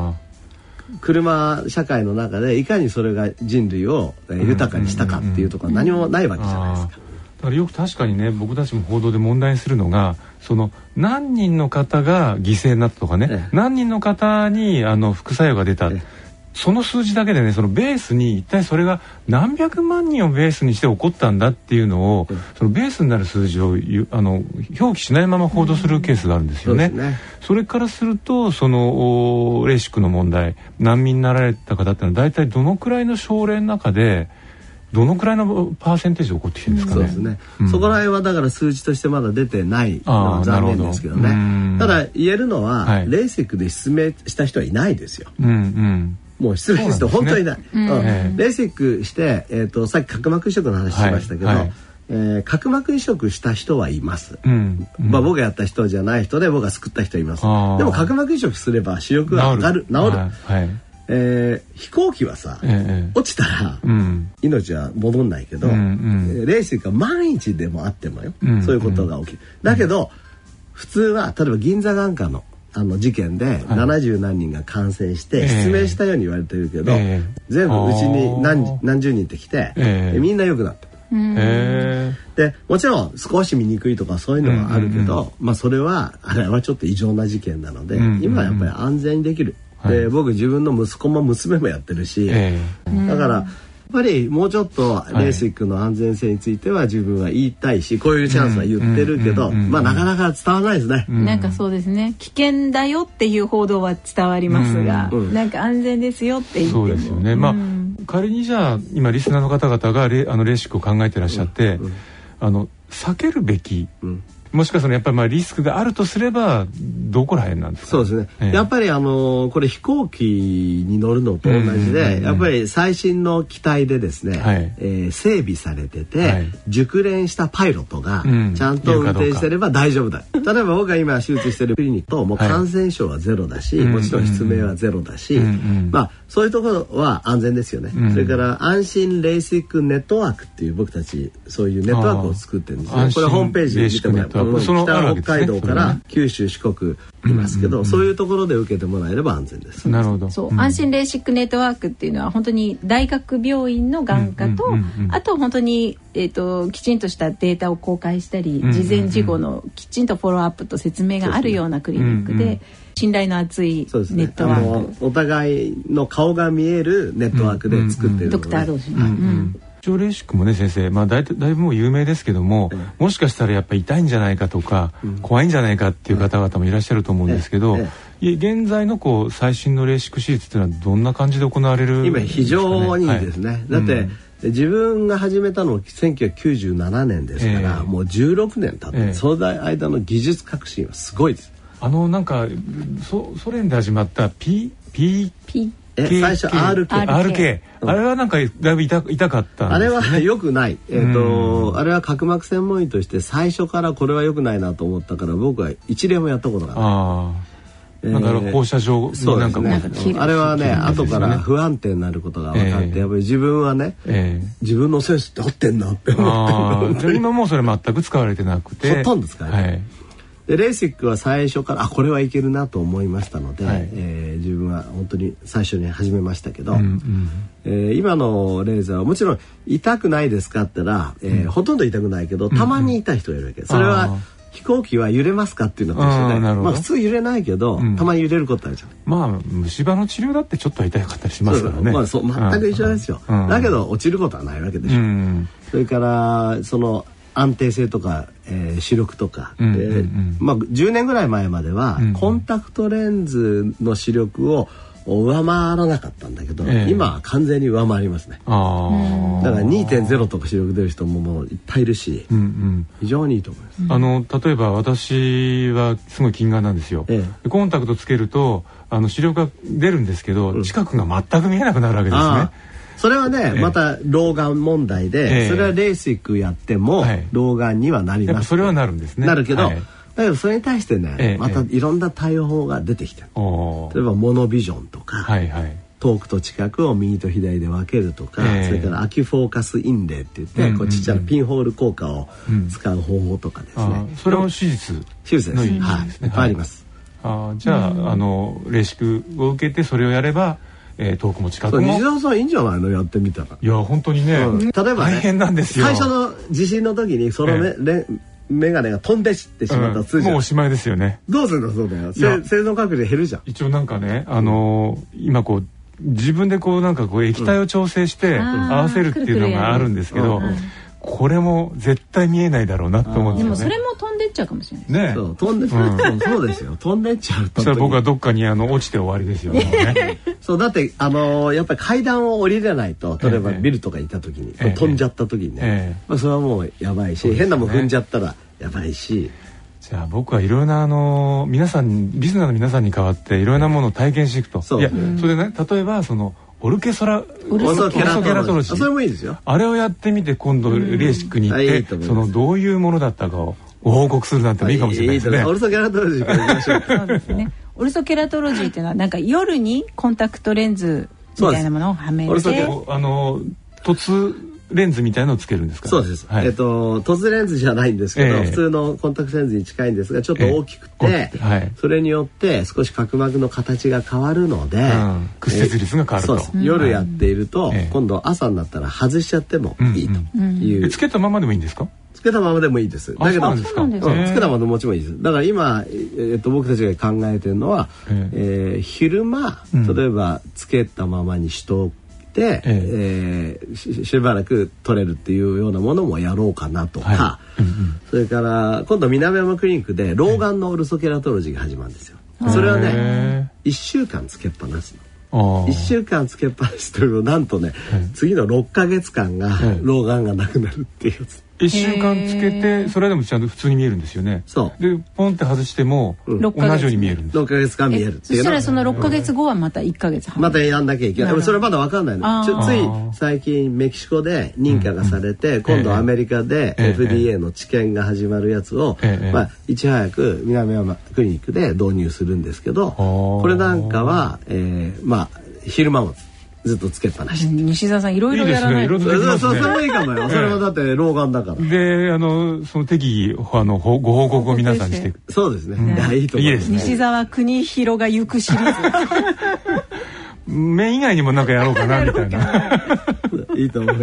B: 車社会の中でいかにそれが人類を豊かにしたかっていうところは何もないわけじゃないですか。
C: だからよく確かにね、僕たちも報道で問題にするのが、その何人の方が犠牲になったとかね、何人の方に副作用が出た、その数字だけでね、そのベースに一体それが何百万人をベースにして起こったんだっていうのを、そのベースになる数字を表記しないまま報道するケースがあるんですよね。それからするとそのレーシックの問題、難民になられた方っていうのは大体どのくらいの症例の中でどのくらいのパーセンテージで起こってきてるんですかね。
B: そうですね。そこら辺はだから数字としてまだ出てないのは残念ですけどね。ただ言えるのは、レーシックで失明した人はいないですよ。もう失礼ですと本当にない。レーシックして、さっき角膜移植の話しましたけど、角膜移植した人はいます。僕がやった人じゃない人で僕が救った人います。でも角膜移植すれば視力が上がる、治る。飛行機はさ、落ちたら命は戻んないけど、レーシックは万一でもあってもよ、そういうことが起きる。だけど普通は例えば銀座眼科の事件で70何人が感染して失明したように言われてるけど、全部うちに何十人って来て、みんな良くなった。でもちろん少し見にくいとかそういうのはあるけど、それはあれはちょっと異常な事件なので、今はやっぱり安全にできるで僕自分の息子も娘もやってるし、だからやっぱりもうちょっとレーシックの安全性については自分は言いたいし、こういうチャンスは言ってるけど、まあなかなか伝わらないですね。
D: なんかそうですね、危険だよっていう報道は伝わりますが、なんか安全ですよって言っても、
C: そうですよね。まあ仮にじゃあ今リスナーの方々がレーシックを考えてらっしゃって、避けるべき、もしかしたらやっぱりリスクがあるとすればどこら辺なんですか。
B: そうですね、やっぱりこれ飛行機に乗るのと同じで、やっぱり最新の機体でですね、整備されてて、熟練したパイロットがちゃんと運転してれば大丈夫だ。例えば僕が今手術してるクリニックともう感染症はゼロだし、もちろん失明はゼロだし、まあそういうところは安全ですよね。それから安心レーシックネットワークっていう僕たちそういうネットワークを作ってるんですね。これホームページ見てもらえば北北海道から九州四国いますけど、そういうところで受けてもらえれば安全です。
C: なるほど。
D: そう、安心レーシックネットワークっていうのは本当に大学病院の眼科と、あと本当にきちんとしたデータを公開したり、事前事後のきちんとフォローアップと説明があるようなクリニックで、信頼の厚いネットワーク、
B: お互いの顔が見えるネットワークで作っているので、
D: ドクター同士の。
C: レーシックもね先生、だいぶもう有名ですけども、もしかしたらやっぱり痛いんじゃないかとか、怖いんじゃないかっていう方々もいらっしゃると思うんですけど、現在の最新のレーシック手術っていうのはどんな感じで行われるんですかね。
B: 今非常にいいですね、だって自分が始めたのは1997年ですから、もう16年経って、その間の技術革新はすごいです。
C: なんかソ連で始まった P
B: 最初 RK
C: あれはなんかだいぶ痛かったんですよね。
B: あれは良くない、あれは角膜専門医として最初からこれは良くないなと思ったから、僕は一例もやったことがない。
C: だから放射状になんか
B: あれはね、後から不安定になることが分かって、やっぱり自分はね、自分のセンスって合ってんなって思って。
C: 今もうそれ全く使われてなくて、
B: ほとんど使えない。でレーシックは最初からこれはいけるなと思いましたので、自分は本当に最初に始めましたけど、今のレーザーはもちろん痛くないですかって言ったら、ほとんど痛くないけどたまに痛い人がいるわけ。それは飛行機は揺れますかっていうのと一緒で、普通揺れないけど、たまに揺れることあるじゃん。
C: 虫歯の治療だってちょっと痛かったりしますからね。
B: 全く一緒ですよ。だけど落ちることはないわけでしょ。それからその安定性とか、視力とか、10年ぐらい前までは、コンタクトレンズの視力を上回らなかったんだけど、今は完全に上回りますね。だから 2.0 とか視力出る人ももういっぱいいるし、非常にいいと思います。
C: 例えば私はすごい近眼なんですよ。コンタクトつけると視力が出るんですけど、近くが全く見えなくなるわけですね。
B: それはね、また老眼問題で、それはレーシックやっても老眼にはなります。
C: それはなるんですね。
B: なるけど、だけどそれに対してね、またいろんな対応法が出てきてる。例えばモノビジョンとか、遠くと近くを右と左で分けるとか、それからアキュフォーカスインレイって言って、ちっちゃなピンホール効果を使う方法とかですね。
C: それも手術
B: です。はい、いっぱいあります。
C: じゃあレーシックを受けてそれをやれば遠くも近くも。
B: 西澤さんいいんじゃないの、やってみたら。
C: いや本当にね、
B: 例えばね、
C: 大変なんですよ。
B: 最初の地震の時にそのメガネが飛んでってしまったら
C: もうおしまいですよね。
B: どうするの。そうだよ、生存確率減るじゃん。
C: 一応なんかね、今自分でなんか液体を調整して合わせるっていうのがあるんですけど、これも絶対見えないだろうなと思うんですよね。
D: でもそれも飛んでっちゃうかもしれない
C: ね。
B: そうですよ、飛んでっちゃうと。
C: そしたら僕はどっかに落ちて終わりですよね。
B: そうだってやっぱり階段を降りれないと、例えばビルとか行った時に飛んじゃった時にね、それはもうやばいし、変なもん踏んじゃったらやばいし。
C: じゃあ僕はいろいろな皆さんリスナーの皆さんに代わっていろいろなものを体験していくと。いやそれでね、例えばオルソケラトロジー、
B: それもいいですよ。
C: あれをやってみて今度レーシックに行ってどういうものだったかをご報告するなんてもいいかもしれないですね。
B: オルソケラトロジーからいきましょう。
D: そうですね。オルソケラトロジーっていうのはなんか夜にコンタクトレンズみたいなものをはめて、
C: 凸レンズみたいのをつけるんですか。
B: そうです。凸レンズじゃないんですけど、普通のコンタクトレンズに近いんですが、ちょっと大きくて、それによって少し角膜の形が変わるので、
C: 屈折率が変わると。
B: 夜やっていると、今度朝になったら外しちゃってもいいという。
C: つけたままでもいいんですか。
B: つけたままでもいいです。だけど、つけたままでもちろんいいです。だから今、僕たちが考えてるのは、昼間、例えばつけたままにしといて、しばらく取れるっていうようなものもやろうかなとか、それから今度南山クリニックで老眼のオルソケラトロジーが始まるんですよ。それはね、1週間つけっぱなしの。1週間つけっぱなしというとなんとね、次の6ヶ月間が老眼がなくなるっていうやつ。
C: 1週間つけてそれでもちゃんと普通に見えるんですよね。
B: そう
C: でポンって外しても同じように見えるんです。
B: 6ヶ月間見えるっていう。
D: そしたらその6ヶ月後はまた1ヶ月半
B: またやんなきゃいけない。それはまだ分かんないの。つい最近メキシコで認可がされて、今度アメリカで FDA の治験が始まるやつを、いち早く南山クリニックで導入するんですけど、これなんかは、昼間もずっとつけっぱなし。
D: 西澤さんいろいろやらないと。
B: それもいいかもよ。それはだって老眼だから。
C: でその適宜ご報告を皆さんにしていく。
B: そうですね。いいと思います。
D: 西澤邦弘が行くシリー
C: ズ。目以外にもなんかやろうかなみたいな。
B: いいと思います。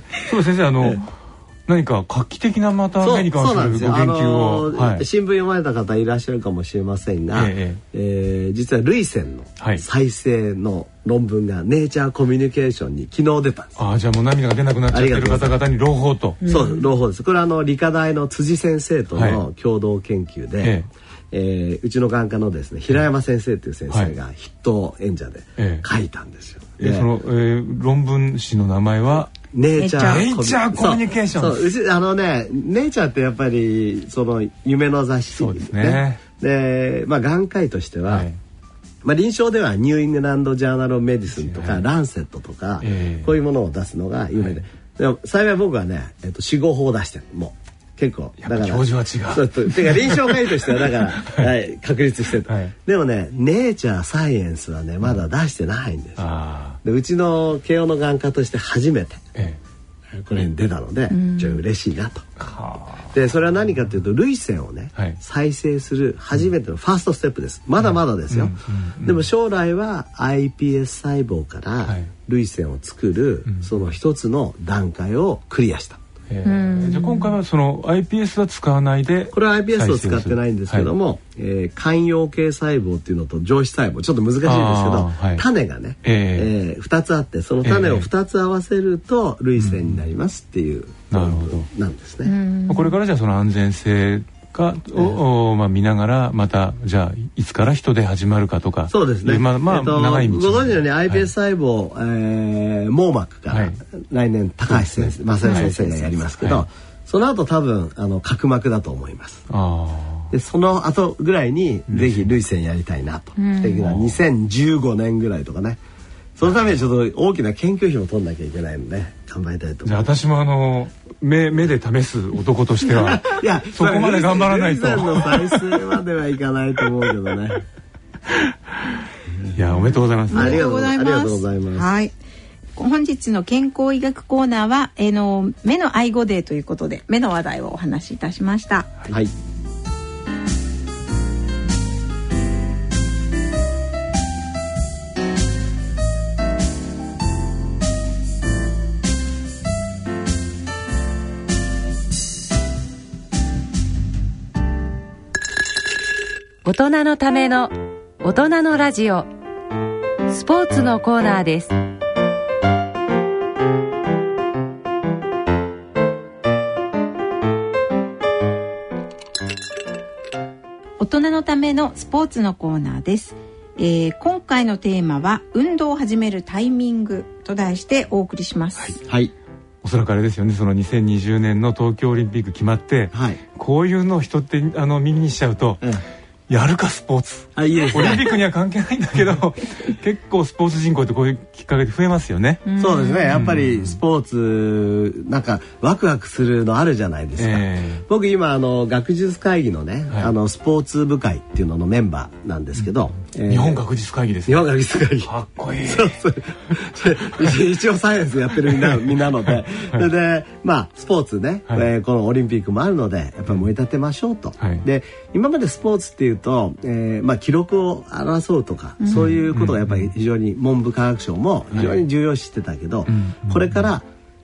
C: そう先生何か画期的なまた目に関するご研究を、
B: 新聞読まれた方いらっしゃるかもしれませんが、実は涙腺の再生の論文がネイチャーコミュニケーションに昨日出たんです。
C: じゃあもう涙が出なくなっちゃってる方々に朗報と。
B: そう朗報です。これは理科大の辻先生との共同研究で、うちの眼科のですね平山先生という先生が筆頭演者で書いたんですよ。
C: その論文誌の名前は
B: ネイチャ
C: ーコミュニケーション。
B: うちネイチャーってやっぱりその夢の雑誌
C: そうですね。
B: で眼科医としては、臨床ではニューイングランドジャーナル・オブ・メディスンとか、ランセットとか、こういうものを出すのが有名で、でも幸い僕はね4、5法出してる。もう結構
C: だから教授は違う。
B: てか臨床科医としてはだから確立してる。でもねネイチャーサイエンスはねまだ出してないんです。でうちの慶応の眼科として初めてこれに出たので、じゃあ嬉しいなと。でそれは何かというと涙腺をね、再生する初めてのファーストステップです。まだまだですよ。でも将来は iPS 細胞から涙腺を作るその一つの段階をクリアした。
C: じゃあ今回はその iPS は使わないで、
B: これは iPS を使ってないんですけども、間葉系細胞っていうのと上皮細胞ちょっと難しいですけど、種がね、2つあってその種を2つ合わせると涙腺になりますっていうなんですね。
C: これからじゃあその安全性を見ながらまたじゃあいつから人で始まるかとか。
B: そうですね。
C: 長い道。
B: ご存知のように iPS 細胞、網膜から来年高橋先生、正先生がやりますけど、その後多分角膜だと思います。でその後ぐらいにぜひ涙腺やりたいなと。2015年ぐらいとかね。そのためにちょっと大きな研究費も取んなきゃいけないので頑張りたいと思います。
C: じゃあ私も目で試す男としてはいやそこまで頑張らないと。
B: 涙腺の再生まではいかないと思うけどね。
C: いやおめでとうございます。
B: ありがとうございます。
D: はい。本日の健康医学コーナーは目の愛護デーということで目の話題をお話しいたしました。
B: はい。
A: 大人のための大人のラジオスポーツのコーナーです。
D: 大人のためのスポーツのコーナーです。今回のテーマは運動を始めるタイミングと題してお送りします。
B: はい。
C: おそらくあれですよね。その2020年の東京オリンピック決まって、こういうのを人って耳にしちゃうと。やるかスポーツ。
B: いいですね。
C: オリンピックには関係ないんだけど結構スポーツ人口ってこういうきっかけで増えますよね。
B: そうですね。やっぱりスポーツなんかワクワクするのあるじゃないですか。僕今学術会議のね、スポーツ部会っていうののメンバーなんですけど、
C: 日本学術会議ですね。
B: 日本学術会議。
C: かっこいい。
B: 一応サイエンスやってるみんなので、でスポーツね、このオリンピックもあるのでやっぱり盛り立てましょうと。で今までスポーツっていうと、記録を争うとか、そういうことがやっぱり非常に文部科学省も非常に重要視してたけど、これから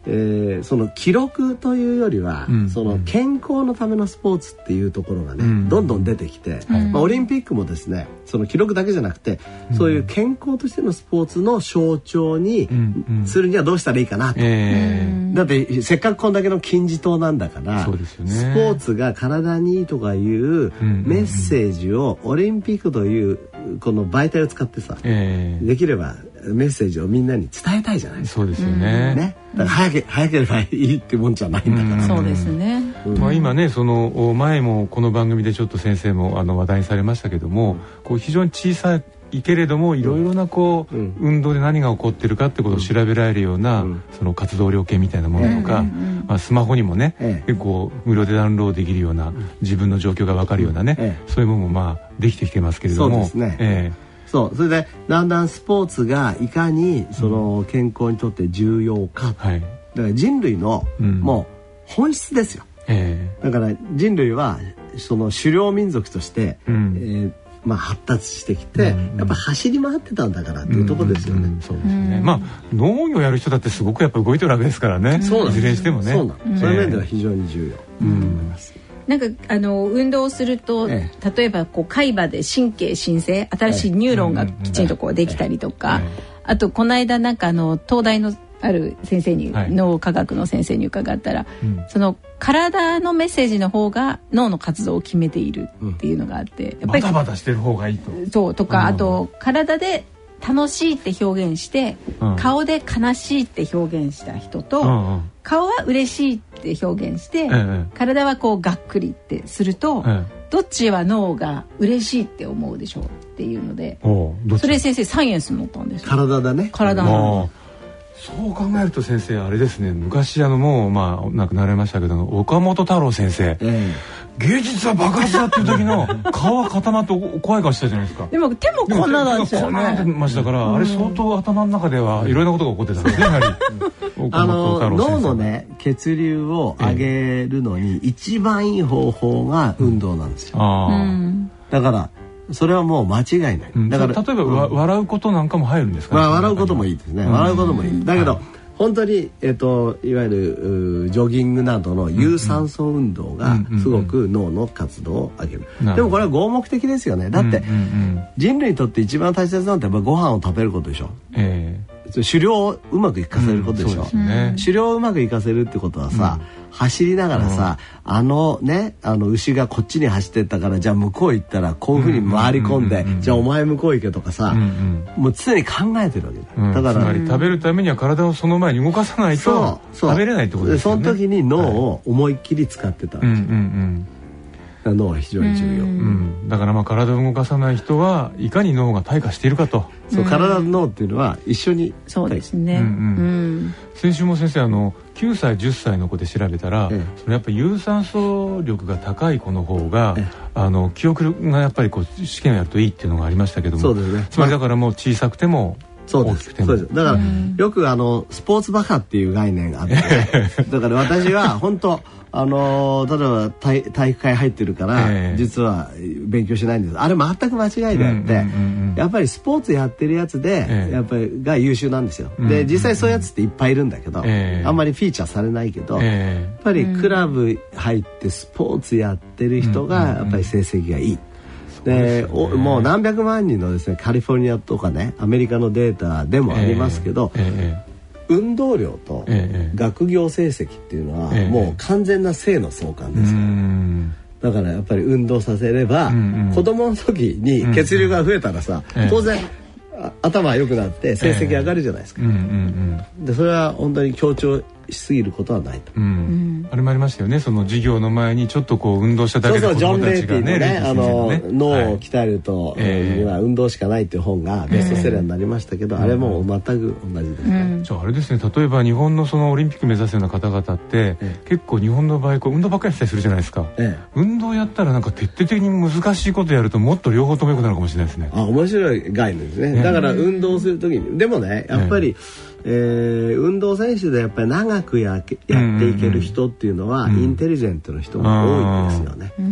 B: その記録というよりは、その健康のためのスポーツっていうところがね、どんどん出てきて、オリンピックもですねその記録だけじゃなくて、そういう健康としてのスポーツの象徴にするにはどうしたらいいかなと、だってせっかくこんだけの金字塔なんだから、そうですよね、スポーツが体にいいとかいうメッセージをオリンピックというこの媒体を使ってさ、できればメッセージをみんなに伝えたいじゃないですか。そうですよね。だから早ければいいってもんじゃないんだから。
D: そうですね。
C: まあ今ねその前もこの番組でちょっと先生も話題にされましたけども、こう非常に小さいけれどもいろいろなこう運動で何が起こってるかってことを調べられるようなその活動量計みたいなものとか、まあスマホにもね結構無料でダウンロードできるような自分の状況が分かるようなね、そういうものもまあできてきてますけれども。
B: そうですね。それでだんだんスポーツがいかにその健康にとって重要か、だから人類のもう本質ですよ、だから人類はその狩猟民族として、まあ発達してきて、やっぱ走り回ってたんだからっていうところですよね。
C: そうですね。まあ農業やる人だってすごくやっぱ動いてるわけですからね。いずれにしてもね。そう
B: いう面では非常に重要と思います。
D: なんか運動をすると、例えばこう海馬で神経新生、新しいニューロンがきちんとこうできたりとか、あとこの間なんか東大のある先生に、脳科学の先生に伺ったら、その体のメッセージの方が脳の活動を決めているっていうのがあって、
C: やっぱりバタバタしてる方がいいと。
D: そうとか、あと体で楽しいって表現して、顔で悲しいって表現した人と、顔は嬉しいって表現して、体はこうがっくりってすると、どっちは脳が嬉しいって思うでしょうっていうので、それ先生サイエンスに載ったんですよ。
B: 体だね。
D: 体の。
C: そう考えると先生あれですね、昔もうまあ亡くなられましたけど岡本太郎先生、芸術は爆発だっていう時の顔は固まって怖い顔したじゃないですか。
D: でも手もこんななんですよね。
C: こんなってましたから、あれ相当頭の中ではいろいろなことが起こってたんですね。やはり
B: 脳のね血流を上げるのに一番いい方法が運動なんですよ。だからそれはもう間違いない。
C: だから例えば笑うことなんかも入るんですか。
B: 笑うこともいいですね。笑うこともいい。だけど本当にいわゆるジョギングなどの有酸素運動がすごく脳の活動を上げる。でもこれは合目的ですよね。だって人類にとって一番大切なのってやっぱご飯を食べることでしょ。狩猟をうまくいかせることでしょ。狩猟をうまくいかせるってことはさ、走りながらさ、牛がこっちに走ってったからじゃあ向こう行ったらこういうふうに回り込んで、じゃあお前向こう行けとかさ、もう常に考えてるわけだ。
C: だからつまり食べるためには体をその前に動かさないと食べれないってことですよね。
B: その時に脳を思いっきり使ってたわけです。脳は非常に重要。
C: だからまあ体を動かさない人はいかに脳が退化しているかと。
B: 体と脳っていうのは一緒に。
D: そうですね。
C: 先週も先生9歳10歳の子で調べたら、そのやっぱり有酸素力が高い子の方が記憶がやっぱりこう試験をやるといいっていうのがありましたけども、そうですね。つまりだからもう小さくても大きくても。
B: だからよくスポーツバカっていう概念があって、だから私は本当例えば体育会入ってるから、実は勉強しないんです。あれ全く間違いであって、やっぱりスポーツやってるやつで、やっぱりが優秀なんですよ。で実際そういうやつっていっぱいいるんだけど、あんまりフィーチャーされないけど、やっぱりクラブ入ってスポーツやってる人がやっぱり成績がいい。でもう何百万人のですねカリフォルニアとかねアメリカのデータでもありますけど、運動量と学業成績っていうのはもう完全な正の相関ですから、だからやっぱり運動させれば、子供の時に血流が増えたらさ、当然頭が良くなって成績上がるじゃないですか。でそれは本当に強調しすぎることはないと。
C: あれもありましたよね。その授業の前にちょっとこう運動しただけで子供たちがね、
B: 脳を鍛えるとには運動しかないっていう本がベストセラーになりましたけど、あれも全く同じですね。
C: じゃああれですね。例えば日本のそのオリンピック目指すような方々って結構日本の場合こう運動ばっかりやったりするじゃないですか。運動やったらなんか徹底的に難しいことやるともっと両方とも良くなるかもしれないですね。
B: 面白い概念ですね。だから運動する時にでもねやっぱり運動選手でやっぱり長くやっていける人っていうのはインテリジェントの人が多いんですよね。やっ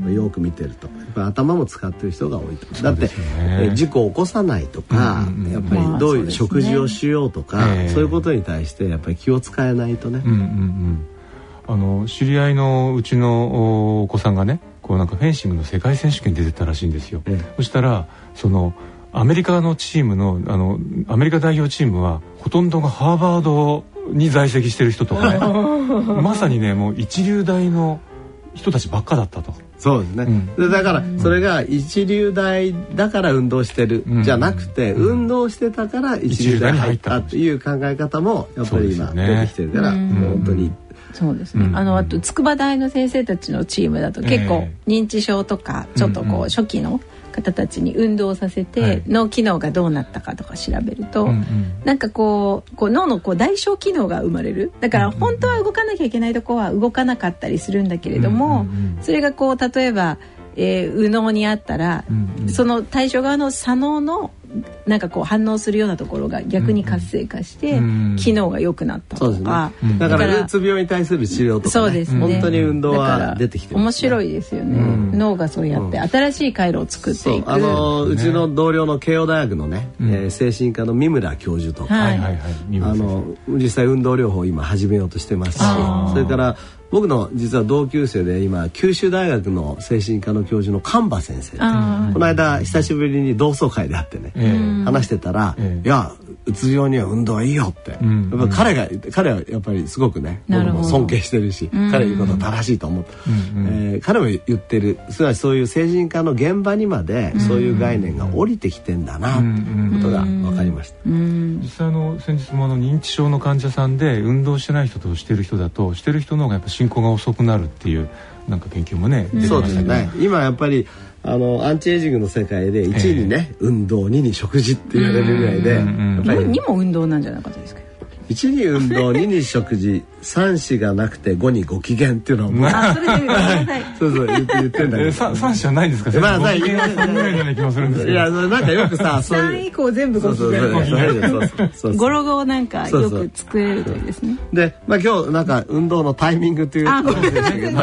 B: よく見てるとやっぱり頭も使ってる人が多いと。だって、事故を起こさないとか、やっぱりどういう食事をしようとか、そういうことに対してやっぱり気を使えないとね。
C: 知り合いのうちのお子さんがねこうなんかフェンシングの世界選手権に出てたらしいんですよ。そしたらそのアメリカのチームのアメリカ代表チームはほとんどがハーバードに在籍してる人とかねまさにねもう一流大の人たちばっかだったと。
B: そうですね、だからそれが一流大だから運動してるじゃなくて、運動してたから一流大に入ったっていう考え方もやっぱり今出てきてるから、本当に
D: そうですね。あと筑波大の先生たちのチームだと結構認知症とかちょっとこう初期の方たちに運動させて脳機能がどうなったかとか調べると、なんかこう脳の代償機能が生まれる。だから本当は動かなきゃいけないとこは動かなかったりするんだけれども、それが例えば、右脳にあったら、その対象側の左脳のなんか反応するようなところが逆に活性化して機能が良くなったとか、
B: だからうつ病に対する治療とか、ね、
D: そうですね、
B: 本当に運動は出てきてる、ね、
D: 面白いですよね、脳がそうやって新しい回路を作っていく。
B: うちの同僚の慶応大学のね、精神科の三村教授とか、実際運動療法を今始めようとしてますし、それから僕の実は同級生で今九州大学の精神科の教授の神場先生、この間久しぶりに同窓会で会ってね、話してたら、いやうつ病には運動はいいよって、やっぱ彼はやっぱりすごくね僕も尊敬してるし、彼の言うことは正しいと思って、彼も言ってる、すなわちそういう精神科の現場にまでそういう概念が降りてきてんだなということが分かりました。
C: 実際先日も認知症の患者さんで運動してない人としてる人だとしてる人の方がやっぱ進行が遅くなるっていうなんか研究もね出てましたけど、そうですね。
B: 今やっぱりアンチエイジングの世界で1位にね、運動2に食事って言われるぐらいで、
D: 2も運動なんじゃなかったですか。
B: 1に運動2に食事3子がなくて5にご機嫌っていうのは
D: それでごめんなさい
B: そう言ってんだけど
C: 3子はないんですか。まあないような気もするんですけど、いや
B: なんかよくさそういう
D: 3以降全部ご機嫌ゴロゴロなんかよく作れるといいですね。
B: で今日なんか運動のタイミングということでしたけど、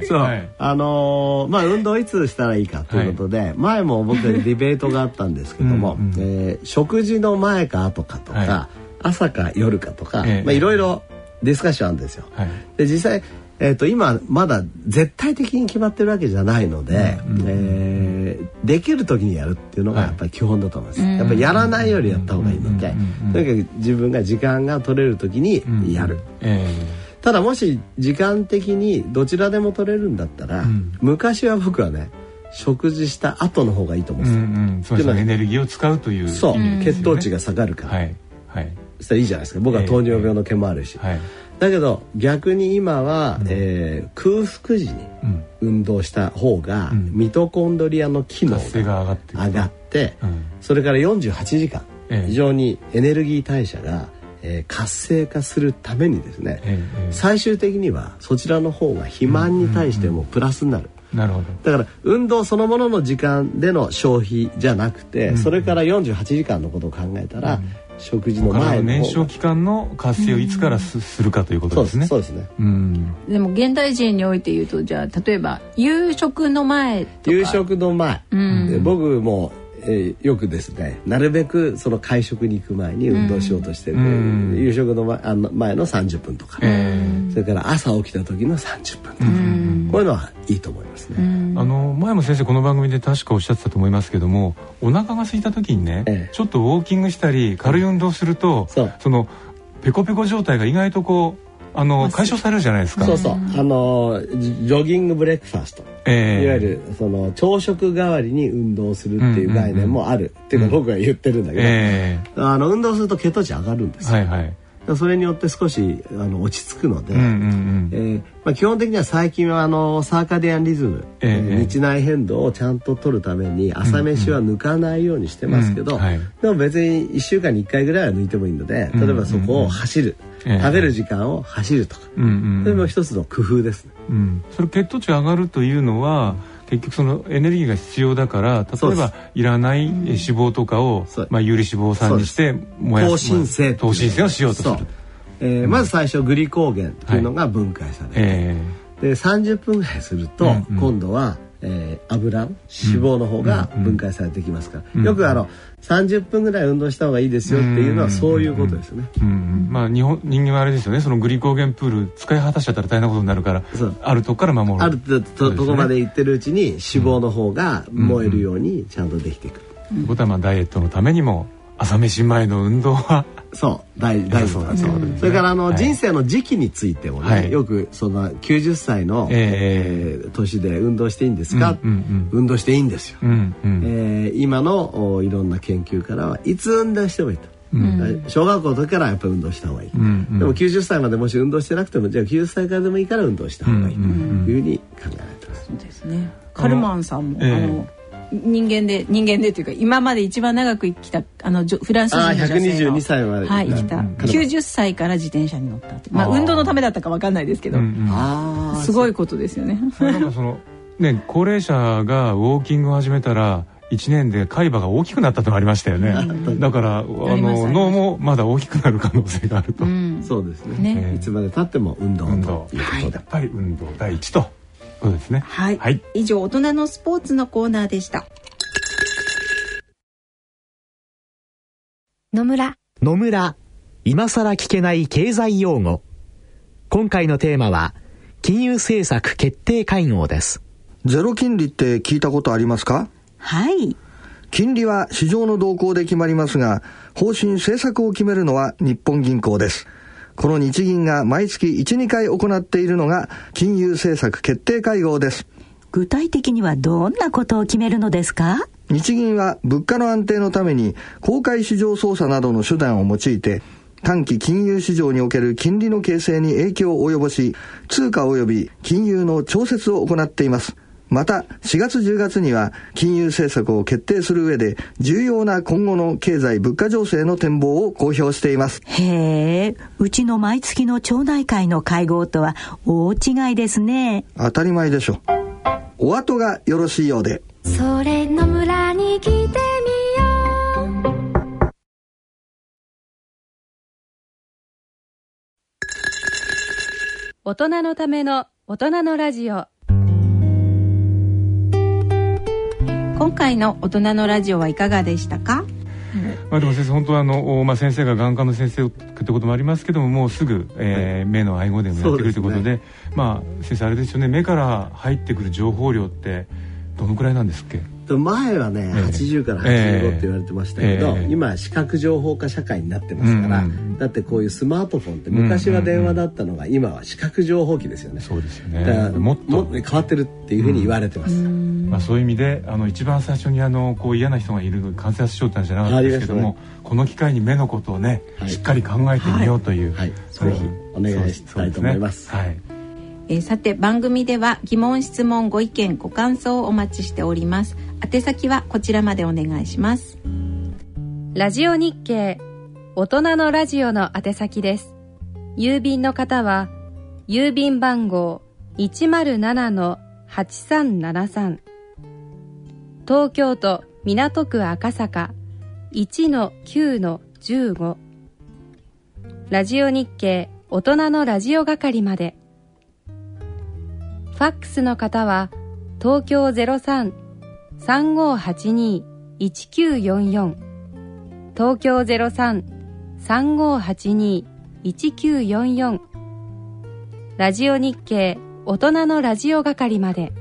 B: 運動いつしたらいいかということで、前も僕にディベートがあったんですけども、食事の前か後かとか、朝か夜かとか、いろいろディスカッションあるんですよ。で実際、今まだ絶対的に決まってるわけじゃないので、できる時にやるっていうのがやっぱり基本だと思います。やっぱりやらないよりやった方がいいので、とにかく自分が時間が取れる時にやる。ただもし時間的にどちらでも取れるんだったら、昔は僕はね食事した後の方がいいと思うんですよ。
C: そうですね、エネルギーを使うという、
B: そう血糖値が下がるから、そしたらいいじゃないですか。僕は糖尿病の毛もあるし、だけど逆に今は、空腹時に運動した方が、ミトコンドリアの機能が上がって、それから48時間、非常にエネルギー代謝が、活性化するためにですね、最終的にはそちらの方が肥満に対してもプラスになる。
C: なるほど。
B: だから運動そのものの時間での消費じゃなくて、それから48時間のことを考えたら、食事の前の
C: 燃焼期間の活性をいつからするかということですね。
B: そうですね。
D: でも現代人において言うと、じゃあ例えば夕食の前とか。夕
B: 食の前、僕もよくですね、なるべくその会食に行く前に運動しようとしてる、夕食の前の30分とか、それから朝起きた時の30分とか、こういうのはいいと思いますね。
C: 前も先生この番組で確かおっしゃってたと思いますけども、お腹が空いた時にね、ちょっとウォーキングしたり軽い運動すると、そのペコペコ状態が意外と解消されるじゃないですか。
B: ジョギングブレックファスト、いわゆるその朝食代わりに運動するっていう概念もあるっていうか、僕は言ってるんだけど、運動すると血糖値上がるんですよ。それによって少し落ち着くので、基本的には最近はサーカディアンリズム、日内変動をちゃんと取るために朝飯は抜かないようにしてますけど、でも別に1週間に1回ぐらいは抜いてもいいので、例えばそこを走る、食べる時間を走るとか、それも一つの工夫ですね。
C: それ血糖値が上がるというのは結局そのエネルギーが必要だから、例えばいらない脂肪とかを有利脂肪酸にして燃やす、糖心性をしようとする。
B: まず最初グリコーゲンっていうのが分解される、で30分ぐらいすると、今度は、 脂脂肪の方が分解されてきますから、よく30分ぐらい運動した方がいいですよっていうのはそういうことですよね。
C: まあ人間はあれですよね、そのグリコーゲンプール使い果たしちゃったら大変なことになるから、あるとこから守る、
B: あるとこまで行ってるうちに脂肪の方が燃えるようにちゃんとできていく。
C: ということはダイエットのためにも朝飯前の運動は
B: そう大事だそうですね。それから人生の時期についてもね、よくその90歳の年で運動していいんですか、運動していいんですよ。今のいろんな研究からはいつ運動してもいいと。小学校の時からやっぱり運動した方がいい。でも90歳までもし運動してなくても、じゃあ90歳からでもいいから運動した方がいいというふうに考えられてます。
D: そうですね。カルマンさんも人間でというか今まで一番長く生きたフランス人の女性が
B: 122歳まで
D: 生きた90歳から自転車に乗ったって、運動のためだったか分かんないですけど、すごいことですよね。
C: なんか高齢者がウォーキングを始めたら1年で海馬が大きくなったとありましたよね。だから脳もまだ大きくなる可能性があると。
B: そうですね。いつまで経っても運動ということで、
C: やっぱり運動第一と。そうですね。
D: はい。以上、大人のスポーツのコーナーでした。
E: 野村、今さら聞けない経済用語。今回のテーマは金融政策決定会合です。
G: ゼロ金利って聞いたことありますか？
F: はい。
G: 金利は市場の動向で決まりますが、方針政策を決めるのは日本銀行です。この日銀が毎月 1,2 回行っているのが金融政策決定会合です。
F: 具体的にはどんなことを決めるのですか？
G: 日銀は物価の安定のために公開市場操作などの手段を用いて、短期金融市場における金利の形成に影響を及ぼし、通貨及び金融の調節を行っています。また4月10月には金融政策を決定する上で重要な今後の経済物価情勢の展望を公表しています。
F: へえ、うちの毎月の町内会の会合とは大違いですね。
G: 当たり前でしょ。お後がよろしいようで。
H: それの村に来てみよう。
A: 大人のための大人のラジオ。
D: 今回の大人のラジオはいかがでしたか？
C: でも先生、本当は先生が眼科の先生ってこともありますけども、もうすぐ、目の愛護でもやってくるということで、先生あれですよね、目から入ってくる情報量ってどのくらいなんですっけ？
B: 前はね、80から85って言われてましたけど、今視覚情報化社会になってますから、だってこういうスマートフォンって昔は電話だったのが今は視覚情報機ですよね。
C: そうですよね。
B: だからもっと変わってるっていうふうに言われてます。
C: そういう意味で一番最初にこう嫌な人がいる関節症ってじゃなかったんですけども、この機会に目のことをね、しっかり考えてみようという、
B: ぜひお願いしたいと思います。
D: さて、番組では疑問、質問、ご意見、ご感想をお待ちしております。宛先はこちらまでお願いします。
A: ラジオ日経大人のラジオの宛先です。郵便の方は郵便番号 107-8373、 東京都港区赤坂 1-9-15、 ラジオ日経大人のラジオ係まで。ファックスの方は東京 03-3582-1944、 東京 03-3582-1944、 ラジオ日経大人のラジオ係まで。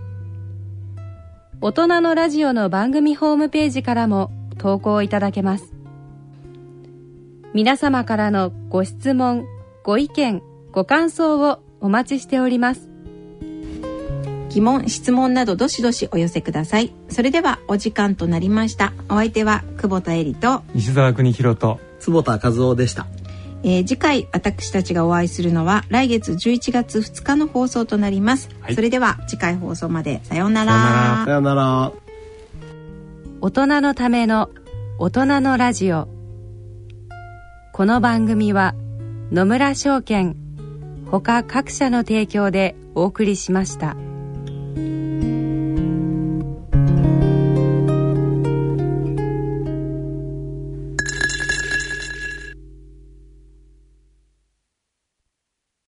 A: 大人のラジオの番組ホームページからも投稿いただけます。皆様からのご質問、ご意見、ご感想をお待ちしております。
D: 疑問、質問などどしどしお寄せください。それではお時間となりました。お相手は久保田恵里と
C: 西澤邦弘と
B: 坪田和夫でした。
D: 次回私たちがお会いするのは来月11月2日の放送となります。それでは次回放送まで。さようなら。
B: さようなら。
A: 大人のための大人のラジオ。この番組は野村証券他各社の提供でお送りしました。